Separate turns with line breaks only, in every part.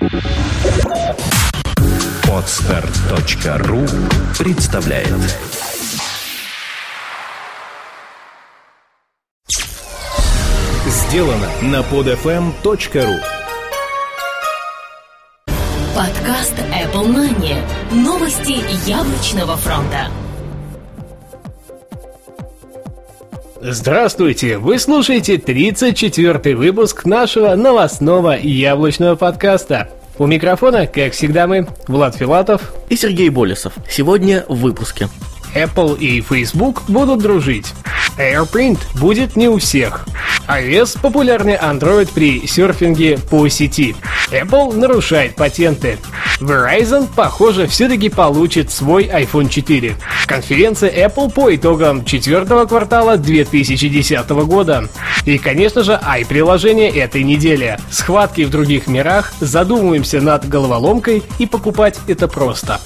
Podstart.ru представляет. Сделано на podfm.ru.
Подкаст Apple Money. Новости яблочного фронта.
Здравствуйте! Вы слушаете 34-й выпуск нашего новостного яблочного подкаста. У микрофона, как всегда, мы, Влад Филатов
и Сергей Болесов. Сегодня в выпуске.
Apple и Facebook будут дружить. AirPrint будет не у всех. iOS популярнее Android при серфинге по сети. Apple нарушает патенты. Verizon, похоже, все-таки получит свой iPhone 4. Конференция Apple по итогам 4-го квартала 2010 года. И, конечно же, i-приложение этой недели. Схватки в других мирах, задумываемся над головоломкой, и покупать это просто.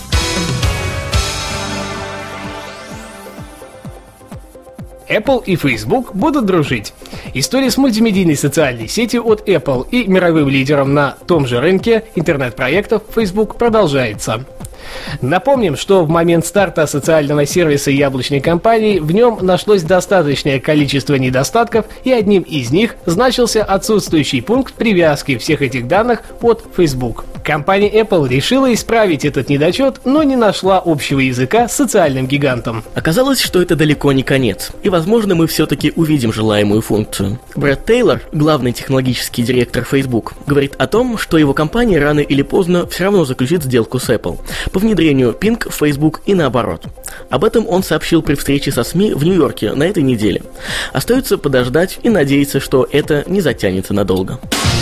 Apple и Facebook будут дружить. История с мультимедийной социальной сетью от Apple и мировым лидером на том же рынке интернет-проектов Facebook продолжается. Напомним, что в момент старта социального сервиса яблочной компании в нем нашлось достаточное количество недостатков, и одним из них значился отсутствующий пункт привязки всех этих данных от Facebook. Компания Apple решила исправить этот недочет, но не нашла общего языка с социальным гигантом.
Оказалось, что это далеко не конец, и, возможно, мы все-таки увидим желаемую функцию. Брэд Тейлор, главный технологический директор Facebook, говорит о том, что его компания рано или поздно все равно заключит сделку с Apple по внедрению Ping в Facebook и наоборот. Об этом он сообщил при встрече со СМИ в Нью-Йорке на этой неделе. Остается подождать и надеяться, что это не затянется надолго.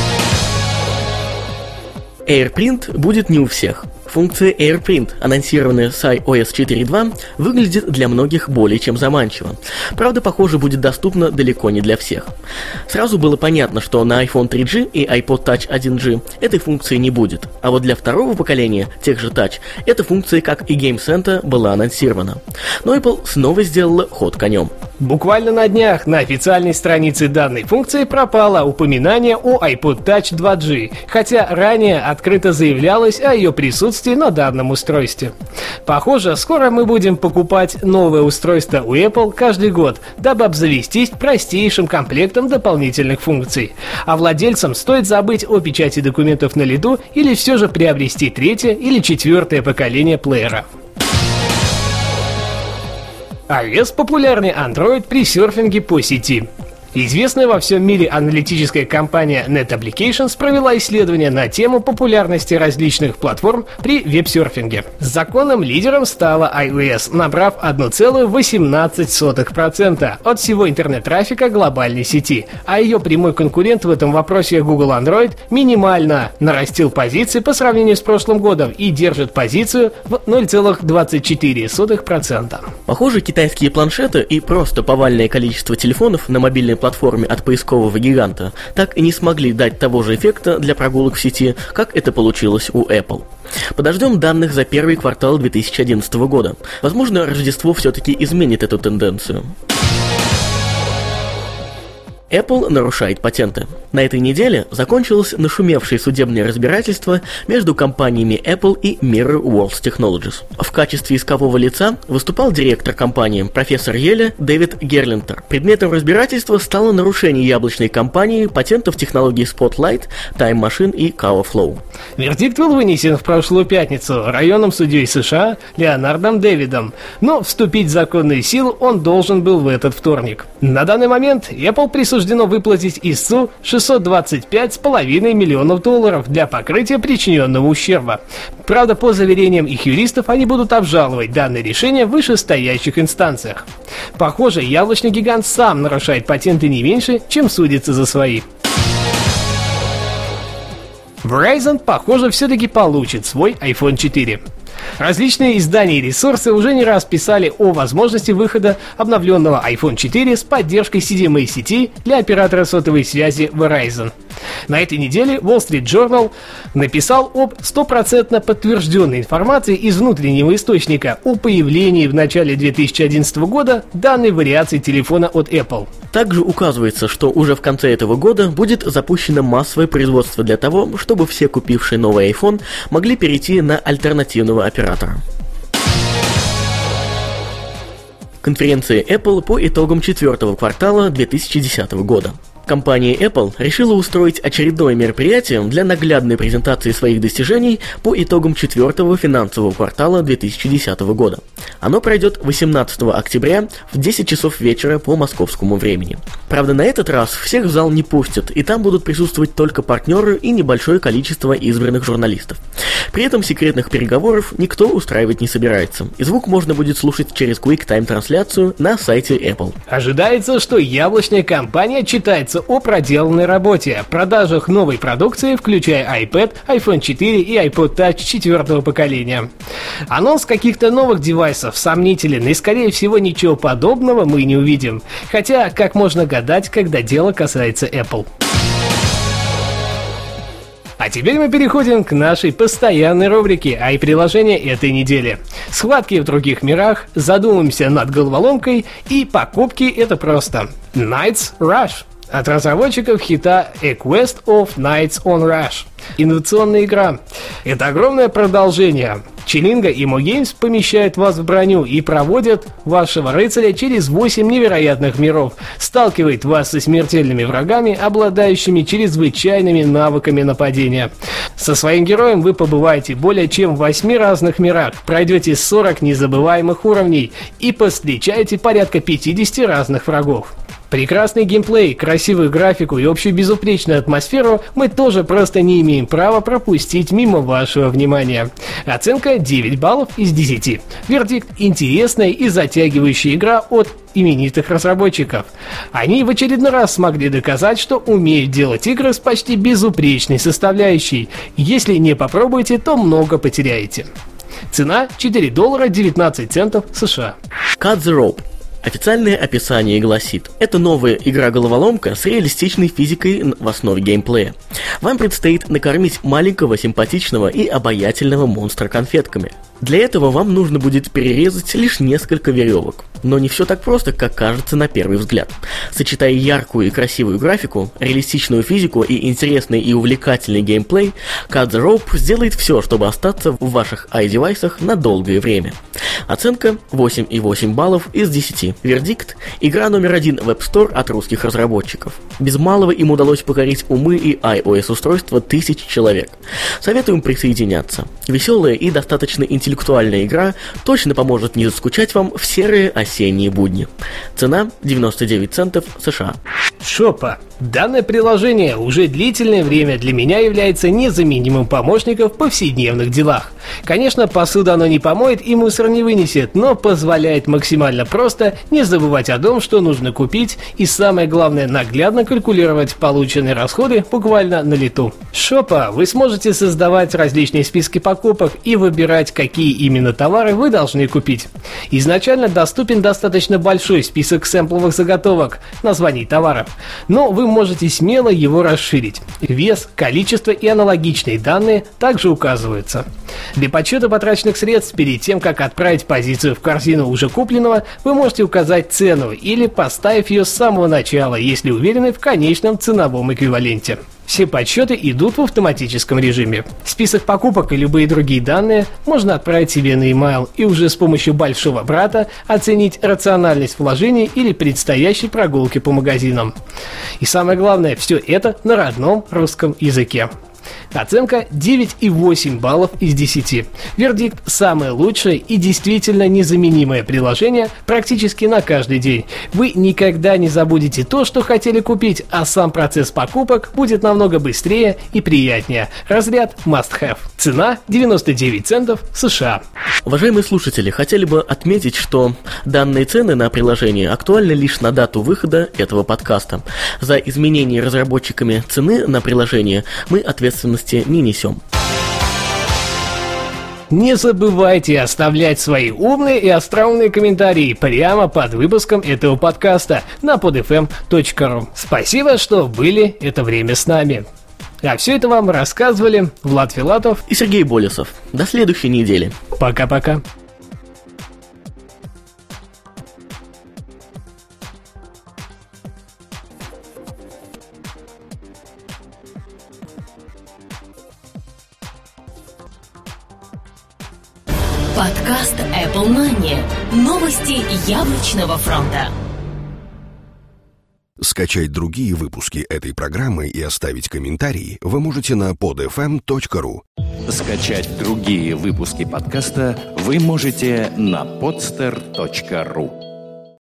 AirPrint будет не у всех. Функция AirPrint, анонсированная с iOS 4.2, выглядит для многих более чем заманчиво. Правда, похоже, будет доступна далеко не для всех. Сразу было понятно, что на iPhone 3G и iPod Touch 1G этой функции не будет, а вот для второго поколения, тех же Touch, эта функция, как и Game Center, была анонсирована. Но Apple снова сделала ход конем.
Буквально на днях на официальной странице данной функции пропало упоминание о iPod Touch 2G, хотя ранее открыто заявлялось о ее присутствии на данном устройстве. Похоже, скоро мы будем покупать новое устройство у Apple каждый год, дабы обзавестись простейшим комплектом дополнительных функций. А владельцам стоит забыть о печати документов на лету или все же приобрести 3-е или 4-е поколение плеера. iOS популярнее Android при серфинге по сети. Известная во всем мире аналитическая компания Net Applications провела исследование на тему популярности различных платформ при веб-серфинге. Законным лидером стала iOS, набрав 1,18% от всего интернет-трафика глобальной сети, а ее прямой конкурент в этом вопросе Google Android минимально нарастил позиции по сравнению с прошлым годом и держит позицию в 0,24%.
Похоже, китайские планшеты и просто повальное количество телефонов на мобильной платформе от поискового гиганта так и не смогли дать того же эффекта для прогулок в сети, как это получилось у Apple. Подождем данных за первый квартал 2011 года. Возможно, Рождество все-таки изменит эту тенденцию. Apple нарушает патенты. На этой неделе закончилось нашумевшее судебное разбирательство между компаниями Apple и Mirror Worlds Technologies. В качестве искового лица выступал директор компании, профессор Йеля Дэвид Герлинтер. Предметом разбирательства стало нарушение яблочной компании патентов технологий Spotlight, Time Machine и CoverFlow.
Вердикт был вынесен в прошлую пятницу районным судьей США Леонардом Дэвидом, но вступить в законную силу он должен был в этот вторник. На данный момент Apple присуждено выплатить истцу $625,5 миллионов для покрытия причиненного ущерба. Правда, по заверениям их юристов, они будут обжаловать данное решение в вышестоящих инстанциях. Похоже, яблочный гигант сам нарушает патенты не меньше, чем судится за свои. Verizon, похоже, все-таки получит свой iPhone 4. Различные издания и ресурсы уже не раз писали о возможности выхода обновленного iPhone 4 с поддержкой CDMA сети для оператора сотовой связи Verizon. На этой неделе Wall Street Journal написал об 100% подтвержденной информации из внутреннего источника о появлении в начале 2011 года данной вариации телефона от Apple.
Также указывается, что уже в конце этого года будет запущено массовое производство для того, чтобы все купившие новый iPhone могли перейти на альтернативного оператора. Конференция Apple по итогам четвертого квартала 2010 года. Компания Apple решила устроить очередное мероприятие для наглядной презентации своих достижений по итогам четвертого финансового квартала 2010 года. Оно пройдет 18 октября в 10 часов вечера по московскому времени. Правда, на этот раз всех в зал не пустят, и там будут присутствовать только партнеры и небольшое количество избранных журналистов. При этом секретных переговоров никто устраивать не собирается, и звук можно будет слушать через QuickTime-трансляцию на сайте Apple.
Ожидается, что яблочная компания отчитается о проделанной работе, продажах новой продукции, включая iPad, iPhone 4 и iPod Touch 4-го поколения. Анонс каких-то новых девайсов сомнителен, и скорее всего ничего подобного мы не увидим. Хотя, как можно гадать, когда дело касается Apple. А теперь мы переходим к нашей постоянной рубрике «Ай-приложения этой недели». Схватки в других мирах, задумаемся над головоломкой, и покупки — это просто. Knights Rush от разработчиков хита A Quest of Knights on Rush. Инновационная игра. Это огромное продолжение. Челинга и Mo Games помещают вас в броню и проводят вашего рыцаря через 8 невероятных миров, сталкивает вас со смертельными врагами, обладающими чрезвычайными навыками нападения. Со своим героем вы побываете более чем в 8 разных мирах, пройдете 40 незабываемых уровней и повстречаете порядка 50 разных врагов. Прекрасный геймплей, красивую графику и общую безупречную атмосферу мы тоже просто не имеем права пропустить мимо вашего внимания. Оценка 9 баллов из 10. Вердикт: интересная и затягивающая игра от именитых разработчиков. Они в очередной раз смогли доказать, что умеют делать игры с почти безупречной составляющей. Если не попробуете, то много потеряете. Цена $4.19 США.
Cut the Rope. Официальное описание гласит: это новая игра-головоломка с реалистичной физикой в основе геймплея. Вам предстоит накормить маленького, симпатичного и обаятельного монстра конфетками. Для этого вам нужно будет перерезать лишь несколько веревок. Но не все так просто, как кажется на первый взгляд. Сочетая яркую и красивую графику, реалистичную физику и интересный и увлекательный геймплей, Cut the Rope сделает все, чтобы остаться в ваших i-девайсах на долгое время. Оценка 8,8 баллов из 10. Вердикт: игра номер 1 в App Store от русских разработчиков. Без малого им удалось покорить умы и iOS-устройства тысяч человек. Советуем присоединяться. Веселая и достаточно интеллектуальная игра точно поможет не заскучать вам в серые осенние будни. Цена 99 центов США.
Шопа. Данное приложение уже длительное время для меня является незаменимым помощником в повседневных делах. Конечно, посуду оно не помоет и мусор не вынесет, но позволяет максимально просто не забывать о том, что нужно купить, и самое главное, наглядно калькулировать полученные расходы буквально на лету. Шопа. Вы сможете создавать различные списки покупок и выбирать, какие именно товары вы должны купить. Изначально доступен достаточно большой список сэмпловых заготовок, названий товаров, но вы можете смело его расширить. Вес, количество и аналогичные данные также указываются. Для подсчета потраченных средств перед тем, как отправить позицию в корзину уже купленного, вы можете указать цену или поставив ее с самого начала, если уверены в конечном ценовом эквиваленте. Все подсчеты идут в автоматическом режиме. Список покупок и любые другие данные можно отправить себе на e-mail и уже с помощью большого брата оценить рациональность вложений или предстоящей прогулки по магазинам. И самое главное, все это на родном русском языке. Оценка 9,8 баллов из 10. Вердикт: самое лучшее и действительно незаменимое приложение практически на каждый день. Вы никогда не забудете то, что хотели купить, а сам процесс покупок будет намного быстрее и приятнее. Разряд must have. Цена 99 центов США.
Уважаемые слушатели, хотели бы отметить, что данные цены на приложение актуальны лишь на дату выхода этого подкаста. За изменение разработчиками цены на приложение мы ответственности не несем.
Не забывайте оставлять свои умные и остроумные комментарии прямо под выпуском этого подкаста на podfm.ru. Спасибо, что были это время с нами. А все это вам рассказывали Влад Филатов
и Сергей Болесов. До следующей недели.
Пока-пока.
Подкаст Apple Money. Новости яблочного фронта.
Скачать другие выпуски этой программы и оставить комментарии вы можете на podfm.ru.
Скачать другие выпуски подкаста вы можете на podster.ru.